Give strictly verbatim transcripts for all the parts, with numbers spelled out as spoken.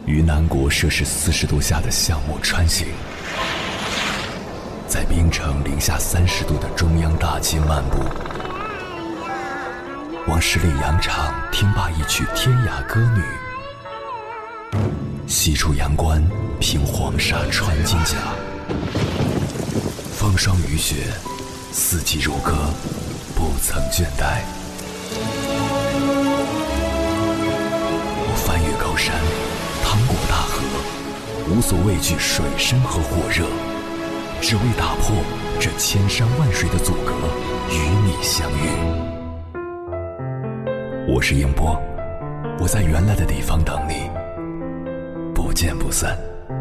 于南国摄氏四十度下的项目穿行，在冰城零下三十度的中央大街漫步，往十里洋场听罢一曲天涯歌女，西出阳关凭黄沙穿金甲，风霜雨雪，四季如歌，不曾倦怠。我翻越高山，趟过大河，无所畏惧水深和火热，只为打破这千山万水的阻隔，与你相遇。我是英波，我在原来的地方等你，不见不散。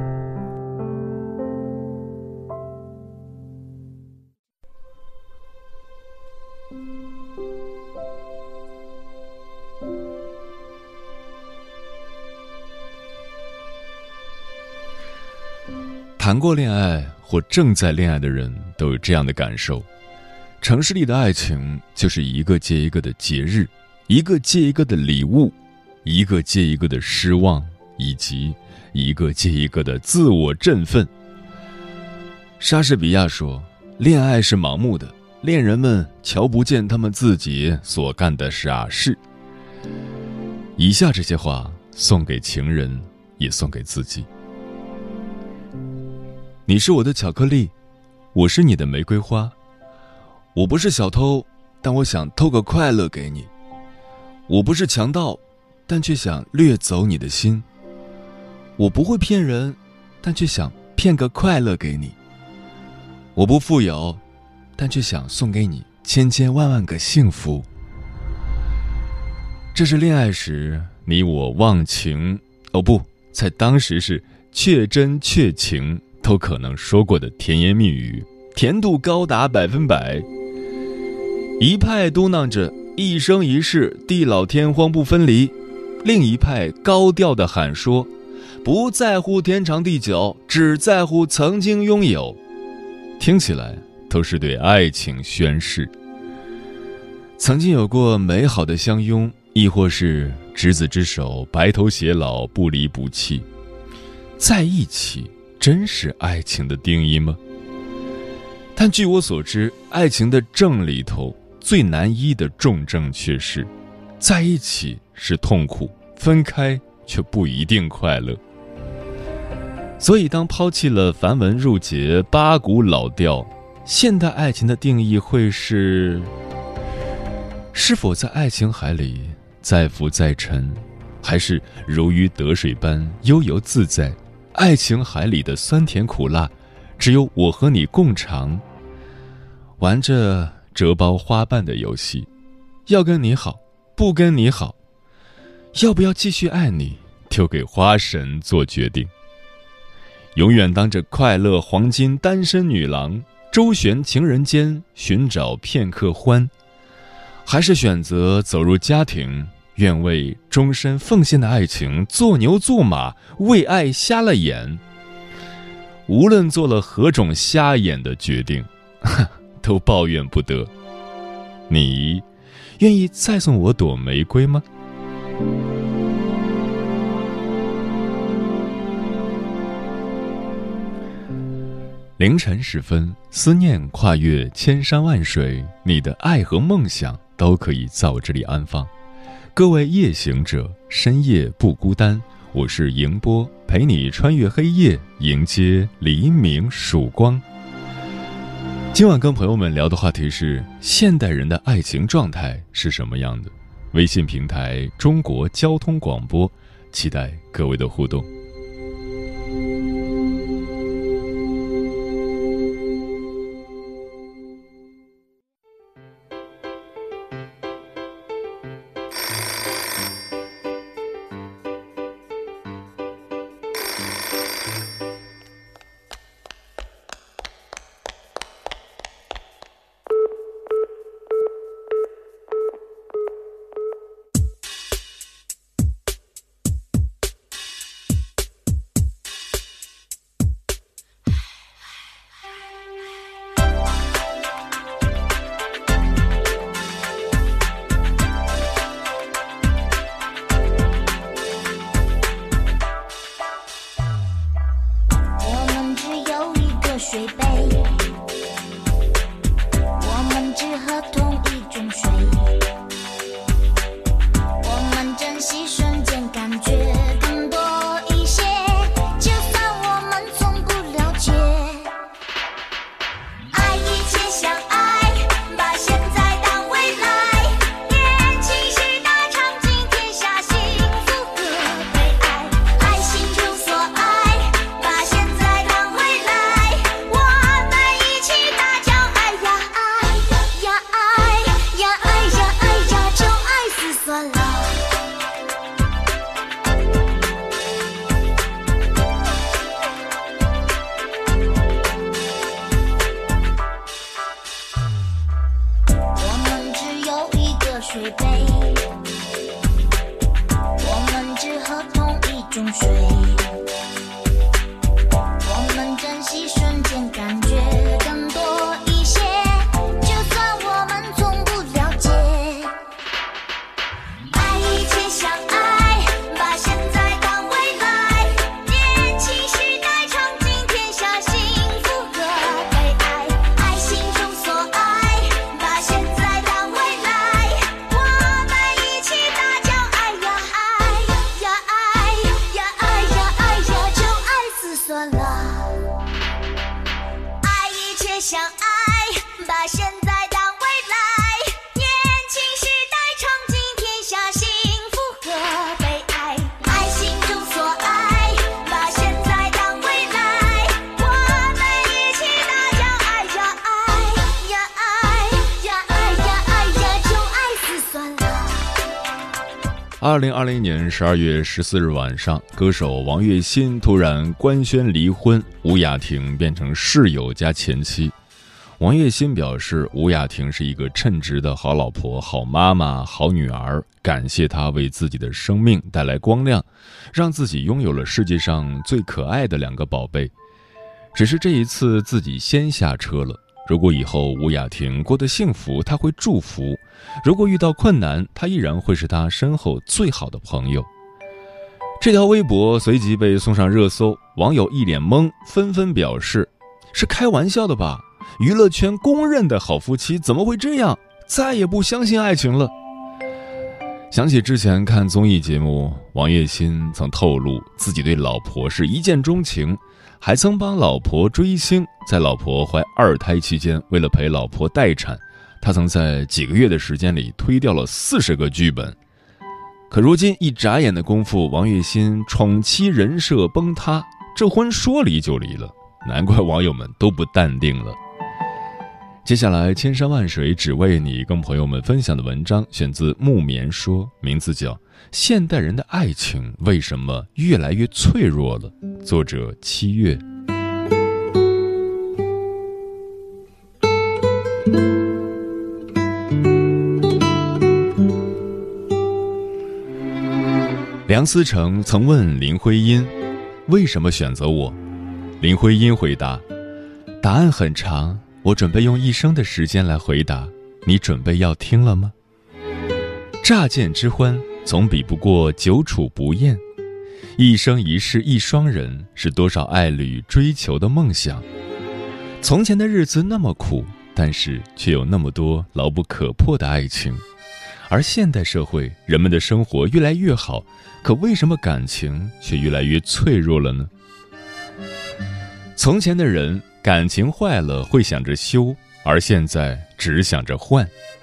谈过恋爱或正在恋爱的人都有这样的感受，城市里的爱情就是一个接一个的节日，一个接一个的礼物，一个接一个的失望，以及一个接一个的自我振奋。莎士比亚说，恋爱是盲目的，恋人们瞧不见他们自己所干的傻事。以下这些话送给情人，也送给自己。你是我的巧克力，我是你的玫瑰花。我不是小偷，但我想偷个快乐给你。我不是强盗，但却想掠走你的心。我不会骗人，但却想骗个快乐给你。我不富有，但却想送给你千千万万个幸福。这是恋爱时你我忘情，哦不，在当时是确真确情都可能说过的甜言蜜语，甜度高达百分百。一派嘟囔着一生一世地老天荒不分离，另一派高调地喊说不在乎天长地久，只在乎曾经拥有。听起来都是对爱情宣誓。曾经有过美好的相拥，亦或是执子之手白头偕老，不离不弃。在一起真是爱情的定义吗？但据我所知，爱情的症里头最难医的重症却是在一起是痛苦，分开却不一定快乐。所以当抛弃了繁文缛节、八股老调，现代爱情的定义会是：是否在爱情海里载浮载沉，还是如鱼得水般悠游自在？爱情海里的酸甜苦辣，只有我和你共尝。玩着折包花瓣的游戏，要跟你好，不跟你好，要不要继续爱你，丢给花神做决定。永远当着快乐黄金单身女郎，周旋情人间，寻找片刻欢，还是选择走入家庭，愿为终身奉献的爱情做牛做马，为爱瞎了眼。无论做了何种瞎眼的决定，都抱怨不得。你愿意再送我朵玫瑰吗？凌晨时分，思念跨越千山万水，你的爱和梦想都可以在我这里安放。各位夜行者，深夜不孤单，我是迎波，陪你穿越黑夜，迎接黎明曙光。今晚跟朋友们聊的话题是：现代人的爱情状态是什么样的？微信平台中国交通广播，期待各位的互动。 中睡。我们珍惜瞬间，感觉更多一些，就算我们从不了解。爱一切相爱，把现在当未来，年轻时代尝尽天下幸福和悲哀，爱心中所爱，把现在当未来，我们一起大叫爱呀爱呀爱呀爱呀爱呀，就爱死算了。爱一切相爱，把现在当未来，年轻时代尝尽天下幸福和悲哀，爱心中所爱，把现在当未来，我们一起大叫爱呀爱呀爱呀爱呀爱呀，就爱死算了。 二零二零年十二月十四日晚上，歌手王栎鑫突然官宣离婚，吴雅婷变成室友加前妻。王栎鑫表示，吴雅婷是一个称职的好老婆、好妈妈、好女儿，感谢她为自己的生命带来光亮，让自己拥有了世界上最可爱的两个宝贝。只是这一次自己先下车了。如果以后吴雅婷过得幸福，她会祝福；如果遇到困难，她依然会是她身后最好的朋友。这条微博随即被送上热搜，网友一脸懵，纷纷表示：是开玩笑的吧？娱乐圈公认的好夫妻怎么会这样？再也不相信爱情了。想起之前看综艺节目，王栎鑫曾透露自己对老婆是一见钟情，还曾帮老婆追星。在老婆怀二胎期间，为了陪老婆待产，他曾在几个月的时间里推掉了四十个剧本。可如今一眨眼的功夫，王栎鑫宠妻人设崩塌，这婚说离就离了，难怪网友们都不淡定了。接下来千山万水只为你跟朋友们分享的文章选自木棉说，名字叫《现代人的爱情为什么越来越脆弱了》，作者七月。梁思成曾问林徽因为什么选择我，林徽因回答，答案很长，我准备用一生的时间来回答，你准备要听了吗？乍见之欢总比不过久处不厌，一生一世一双人，是多少爱侣追求的梦想。从前的日子那么苦，但是却有那么多牢不可破的爱情。而现代社会，人们的生活越来越好，可为什么感情却越来越脆弱了呢？从前的人感情坏了会想着修，而现在只想着换。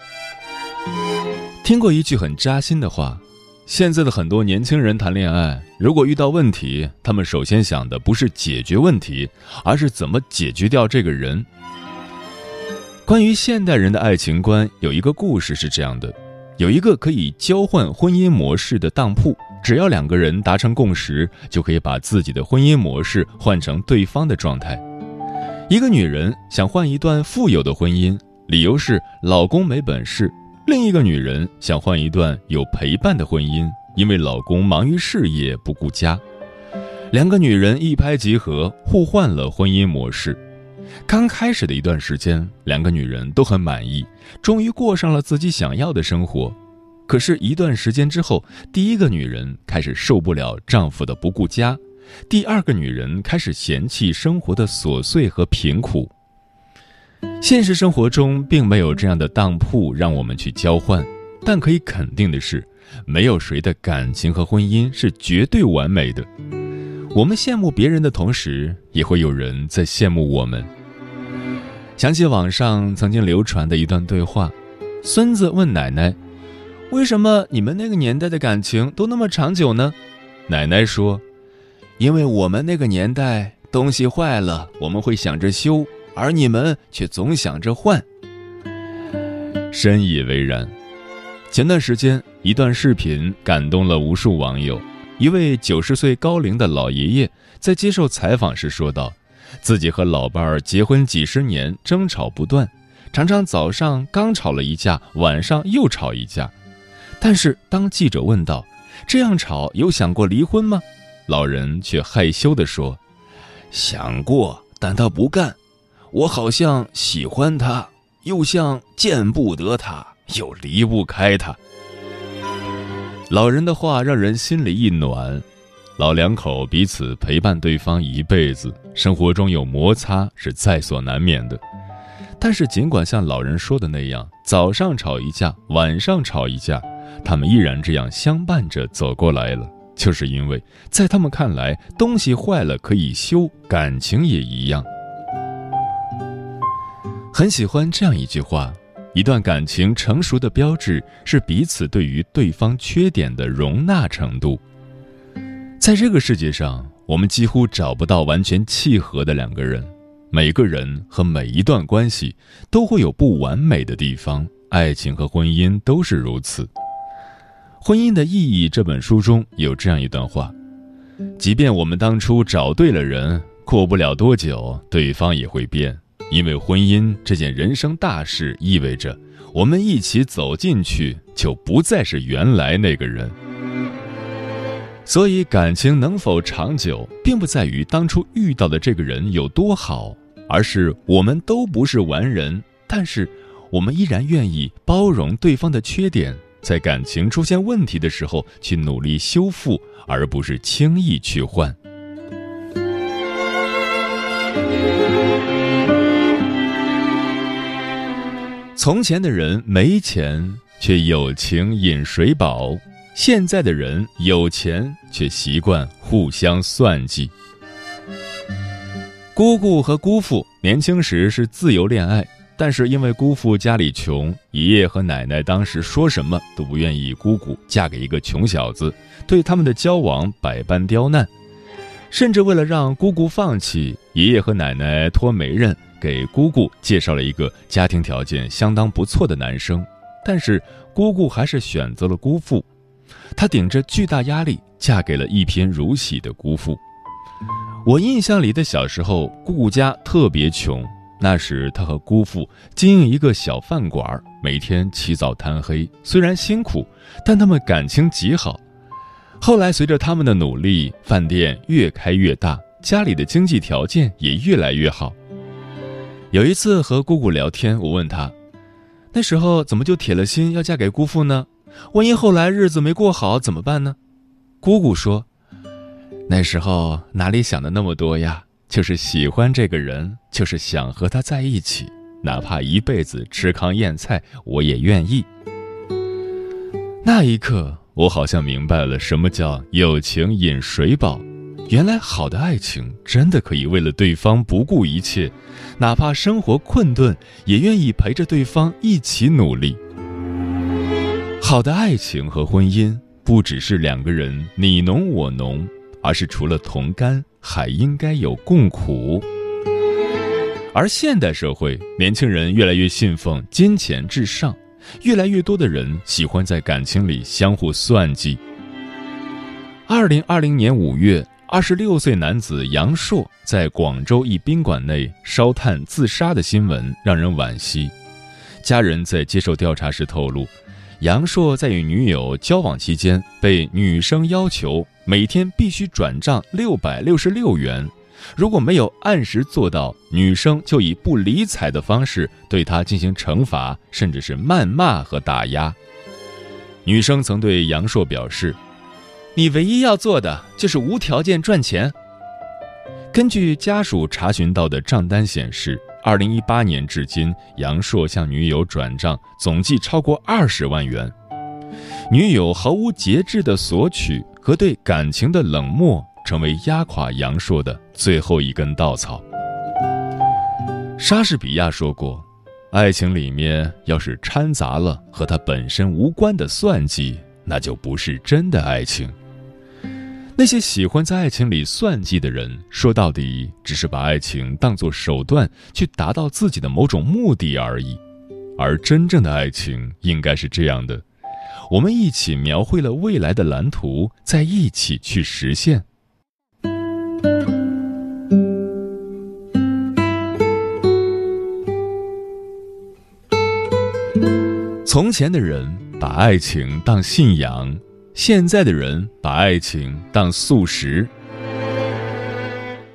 听过一句很扎心的话，现在的很多年轻人谈恋爱，如果遇到问题，他们首先想的不是解决问题，而是怎么解决掉这个人。关于现代人的爱情观，有一个故事是这样的，有一个可以交换婚姻模式的当铺，只要两个人达成共识，就可以把自己的婚姻模式换成对方的状态。一个女人想换一段富有的婚姻，理由是老公没本事；另一个女人想换一段有陪伴的婚姻，因为老公忙于事业不顾家。两个女人一拍即合，互换了婚姻模式。刚开始的一段时间，两个女人都很满意，终于过上了自己想要的生活。可是一段时间之后，第一个女人开始受不了丈夫的不顾家，第二个女人开始嫌弃生活的琐碎和贫苦。现实生活中并没有这样的当铺让我们去交换，但可以肯定的是，没有谁的感情和婚姻是绝对完美的。我们羡慕别人的同时，也会有人在羡慕我们。想起网上曾经流传的一段对话，孙子问奶奶，为什么你们那个年代的感情都那么长久呢？奶奶说，因为我们那个年代东西坏了我们会想着修，而你们却总想着换。深以为然。前段时间一段视频感动了无数网友，一位九十岁高龄的老爷爷在接受采访时说道，自己和老伴儿结婚几十年，争吵不断，常常早上刚吵了一架，晚上又吵一架。但是当记者问到，这样吵有想过离婚吗？ 老人却害羞地说：想过，但他不干。我好像喜欢他，又像见不得他，又离不开他。老人的话让人心里一暖，老两口彼此陪伴对方一辈子，生活中有摩擦是在所难免的。但是尽管像老人说的那样，早上吵一架，晚上吵一架，他们依然这样相伴着走过来了，就是因为在他们看来，东西坏了可以修，感情也一样。很喜欢这样一句话，一段感情成熟的标志是彼此对于对方缺点的容纳程度。在这个世界上，我们几乎找不到完全契合的两个人，每个人和每一段关系都会有不完美的地方，爱情和婚姻都是如此。《婚姻的意义》这本书中有这样一段话：即便我们当初找对了人，过不了多久，对方也会变，因为婚姻这件人生大事意味着我们一起走进去，就不再是原来那个人。所以感情能否长久，并不在于当初遇到的这个人有多好，而是我们都不是完人，但是我们依然愿意包容对方的缺点，在感情出现问题的时候去努力修复，而不是轻易去换。从前的人没钱，却有情饮水饱，现在的人有钱，却习惯互相算计。姑姑和姑父年轻时是自由恋爱，但是因为姑父家里穷，爷爷和奶奶当时说什么都不愿意姑姑嫁给一个穷小子，对他们的交往百般刁难。甚至为了让姑姑放弃，爷爷和奶奶托媒人给姑姑介绍了一个家庭条件相当不错的男生，但是姑姑还是选择了姑父。她顶着巨大压力嫁给了一贫如洗的姑父。我印象里的小时候，姑姑家特别穷，那时她和姑父经营一个小饭馆，每天起早贪黑，虽然辛苦，但他们感情极好。后来随着他们的努力，饭店越开越大，家里的经济条件也越来越好。有一次和姑姑聊天，我问她，那时候怎么就铁了心要嫁给姑父呢？万一后来日子没过好怎么办呢？姑姑说，那时候哪里想的那么多呀，就是喜欢这个人，就是想和他在一起，哪怕一辈子吃糠咽菜我也愿意。那一刻我好像明白了什么叫有情饮水饱，原来好的爱情真的可以为了对方不顾一切，哪怕生活困顿也愿意陪着对方一起努力。好的爱情和婚姻不只是两个人你侬我侬，而是除了同甘还应该有共苦。而现代社会，年轻人越来越信奉金钱至上，越来越多的人喜欢在感情里相互算计。二零二零年五月，二十六岁男子杨硕在广州一宾馆内烧炭自杀的新闻让人惋惜。家人在接受调查时透露，杨硕在与女友交往期间，被女生要求每天必须转账六百六十六元，如果没有按时做到，女生就以不理睬的方式对他进行惩罚，甚至是谩骂和打压。女生曾对杨硕表示，你唯一要做的就是无条件赚钱。根据家属查询到的账单显示，二零一八年至今，杨硕向女友转账总计超过二十万元。女友毫无节制的索取和对感情的冷漠，成为压垮杨硕的最后一根稻草。莎士比亚说过，爱情里面要是掺杂了和它本身无关的算计，那就不是真的爱情。那些喜欢在爱情里算计的人，说到底只是把爱情当作手段去达到自己的某种目的而已。而真正的爱情应该是这样的，我们一起描绘了未来的蓝图，再一起去实现。从前的人把爱情当信仰，现在的人把爱情当素食。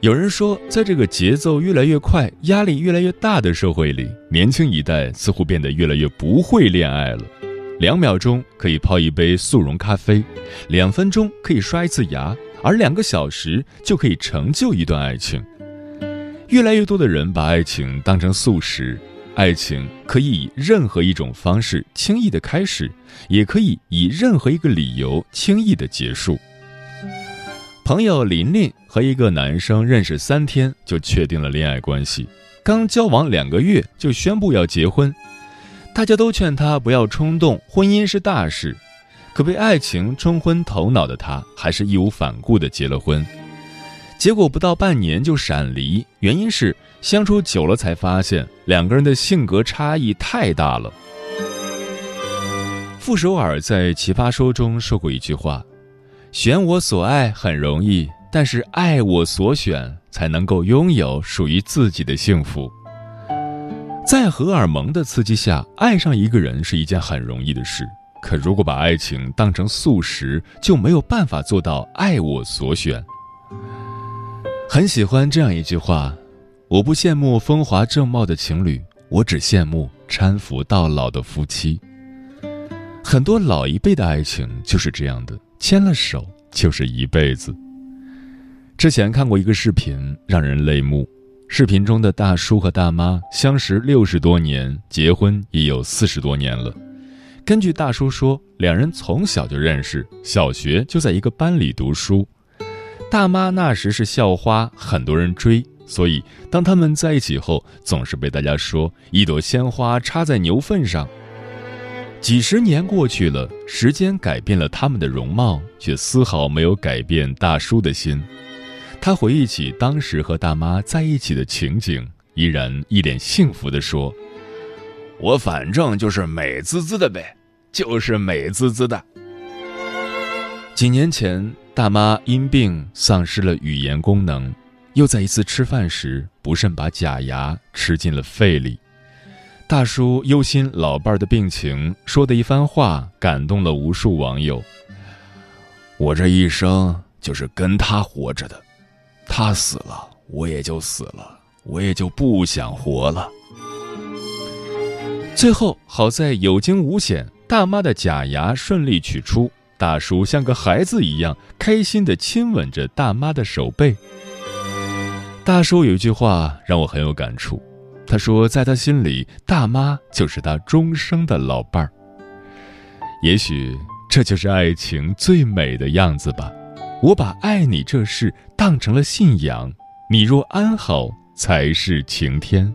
有人说，在这个节奏越来越快、压力越来越大的社会里，年轻一代似乎变得越来越不会恋爱了。两秒钟可以泡一杯速溶咖啡，两分钟可以刷一次牙，而两个小时就可以成就一段爱情。越来越多的人把爱情当成速食，爱情可以以任何一种方式轻易的开始，也可以以任何一个理由轻易的结束。朋友琳琳和一个男生认识三天就确定了恋爱关系，刚交往两个月就宣布要结婚。大家都劝他不要冲动，婚姻是大事，可被爱情冲昏头脑的他还是义无反顾地结了婚。结果不到半年就闪离，原因是相处久了才发现两个人的性格差异太大了。傅首尔在《奇葩说》中说过一句话：选我所爱很容易，但是爱我所选才能够拥有属于自己的幸福。在荷尔蒙的刺激下，爱上一个人是一件很容易的事，可如果把爱情当成速食，就没有办法做到爱我所选。很喜欢这样一句话：我不羡慕风华正茂的情侣，我只羡慕搀扶到老的夫妻。很多老一辈的爱情就是这样的，牵了手就是一辈子。之前看过一个视频，让人泪目。视频中的大叔和大妈相识六十多年，结婚也有四十多年了。根据大叔说，两人从小就认识，小学就在一个班里读书。大妈那时是校花，很多人追，所以当他们在一起后，总是被大家说一朵鲜花插在牛粪上。几十年过去了，时间改变了他们的容貌，却丝毫没有改变大叔的心。他回忆起当时和大妈在一起的情景，依然一脸幸福地说：我反正就是美滋滋的呗，就是美滋滋的。几年前，大妈因病丧失了语言功能，又在一次吃饭时不慎把假牙吃进了肺里。大叔忧心老伴儿的病情，说的一番话感动了无数网友。我这一生就是跟他活着的，他死了我也就死了，我也就不想活了。最后好在有惊无险，大妈的假牙顺利取出，大叔像个孩子一样开心地亲吻着大妈的手背。大叔有一句话让我很有感触，他说在他心里，大妈就是他终生的老伴儿。也许这就是爱情最美的样子吧。我把爱你这事当成了信仰，你若安好才是晴天。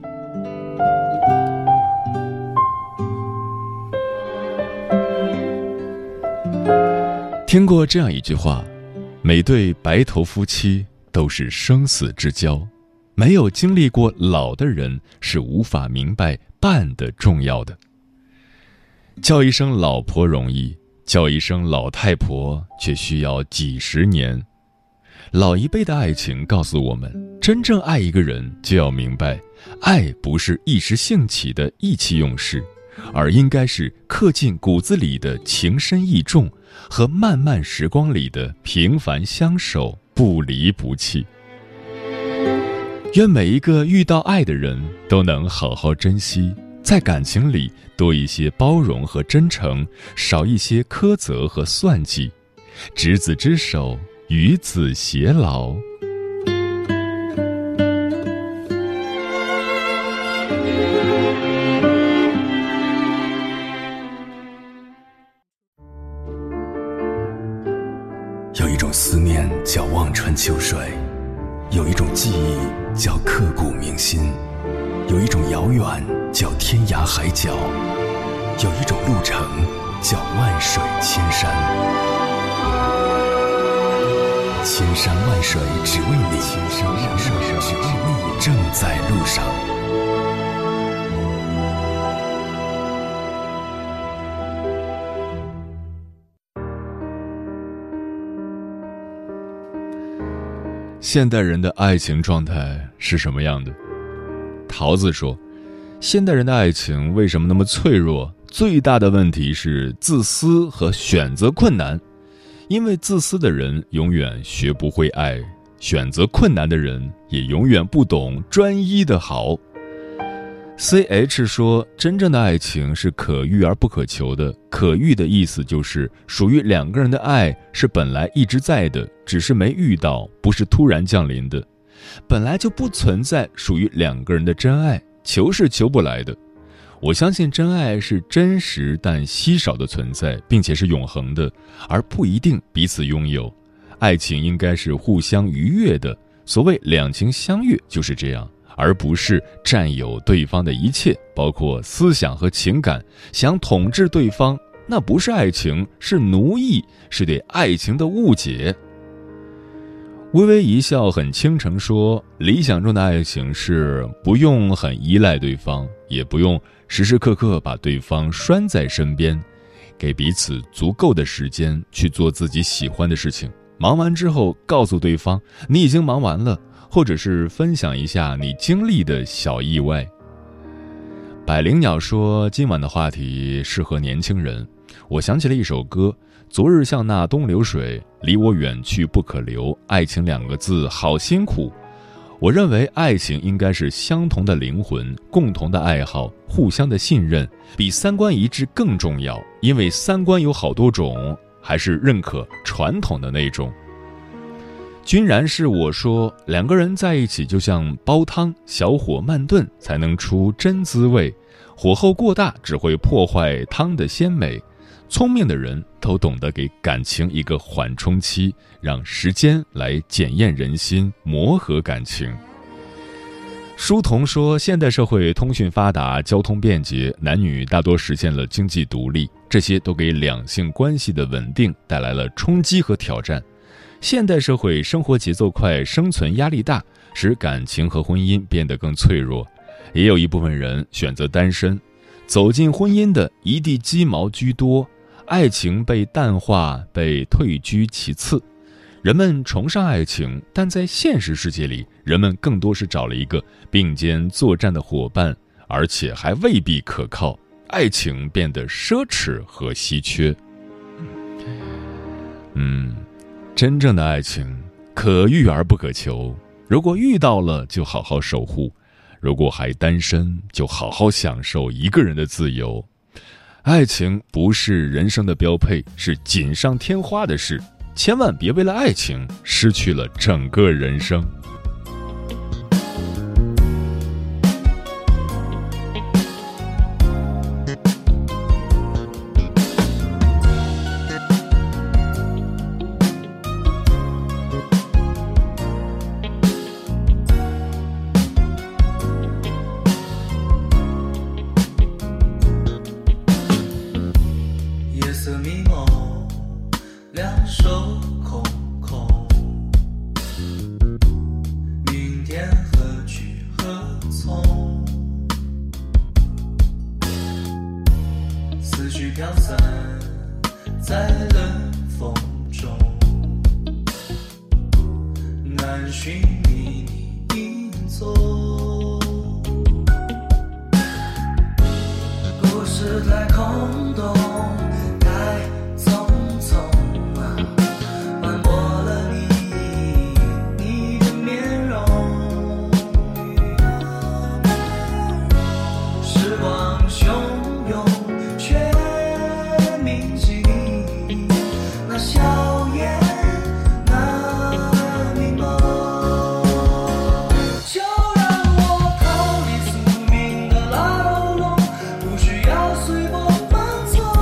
听过这样一句话，每对白头夫妻都是生死之交，没有经历过老的人是无法明白伴的重要的。叫一声老婆容易，叫一声老太婆却需要几十年。老一辈的爱情告诉我们，真正爱一个人就要明白，爱不是一时兴起的意气用事，而应该是刻进骨子里的情深意重，和漫漫时光里的平凡相守，不离不弃。愿每一个遇到爱的人都能好好珍惜，在感情里多一些包容和真诚，少一些苛责和算计，执子之手，与子偕老。 有一种思念叫望穿秋水，有一种记忆叫刻骨铭心，有一种遥远叫天涯海角，有一种路程叫万水千山。千山万水只为你，千山万水只为你，正在路上。 现代人的爱情状态是什么样的？桃子说，现代人的爱情为什么那么脆弱？最大的问题是自私和选择困难。因为自私的人永远学不会爱， 选择困难的人也永远不懂专一的好。C H 说，真正的爱情是可遇而不可求的。可遇的意思就是属于两个人的爱是本来一直在的，只是没遇到，不是突然降临的。本来就不存在属于两个人的真爱，求是求不来的。我相信真爱是真实但稀少的存在，并且是永恒的，而不一定彼此拥有。爱情应该是互相愉悦的，所谓两情相悦就是这样，而不是占有对方的一切，包括思想和情感，想统治对方，那不是爱情，是奴役，是对爱情的误解。微微一笑很倾城说，理想中的爱情是不用很依赖对方，也不用时时刻刻把对方拴在身边，给彼此足够的时间去做自己喜欢的事情，忙完之后告诉对方你已经忙完了，或者是分享一下你经历的小意外。百灵鸟说，今晚的话题适合年轻人，我想起了一首歌，昨日像那东流水，离我远去不可留，爱情两个字好辛苦。我认为爱情应该是相同的灵魂，共同的爱好，互相的信任，比三观一致更重要，因为三观有好多种，还是认可传统的那种。君然是我说，两个人在一起就像煲汤，小火慢炖才能出真滋味，火候过大只会破坏汤的鲜美。聪明的人都懂得给感情一个缓冲期，让时间来检验人心，磨合感情。书童说，现代社会通讯发达，交通便捷，男女大多实现了经济独立，这些都给两性关系的稳定带来了冲击和挑战。现代社会生活节奏快，生存压力大，使感情和婚姻变得更脆弱。也有一部分人选择单身，走进婚姻的一地鸡毛居多，爱情被淡化，被退居其次。人们崇尚爱情，但在现实世界里，人们更多是找了一个并肩作战的伙伴，而且还未必可靠。爱情变得奢侈和稀缺。嗯，真正的爱情可遇而不可求，如果遇到了就好好守护，如果还单身就好好享受一个人的自由。爱情不是人生的标配，是锦上添花的事，千万别为了爱情失去了整个人生。 飘散在冷风中，难寻觅你影踪。故事太空洞，太匆匆啊，斑驳了你你的面容。时光汹涌，却铭记那笑颜，那美梦。就让我逃离宿命的牢笼，不需要随风放纵。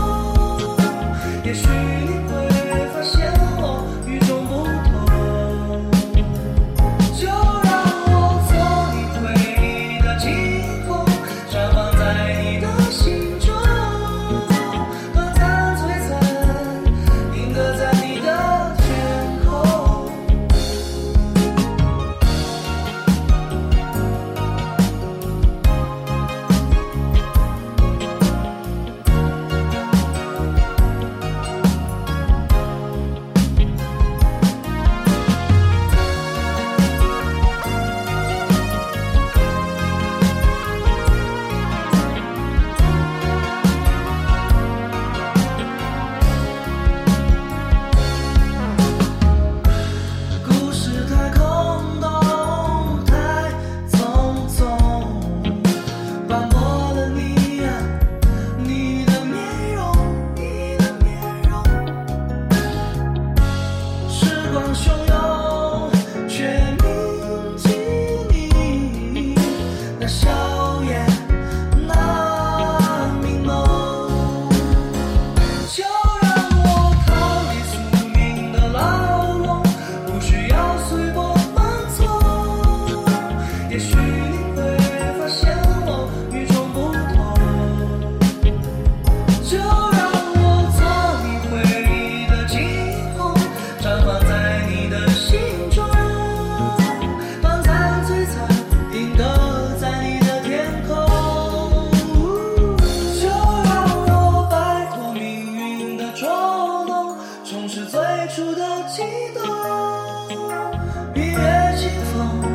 明月清风。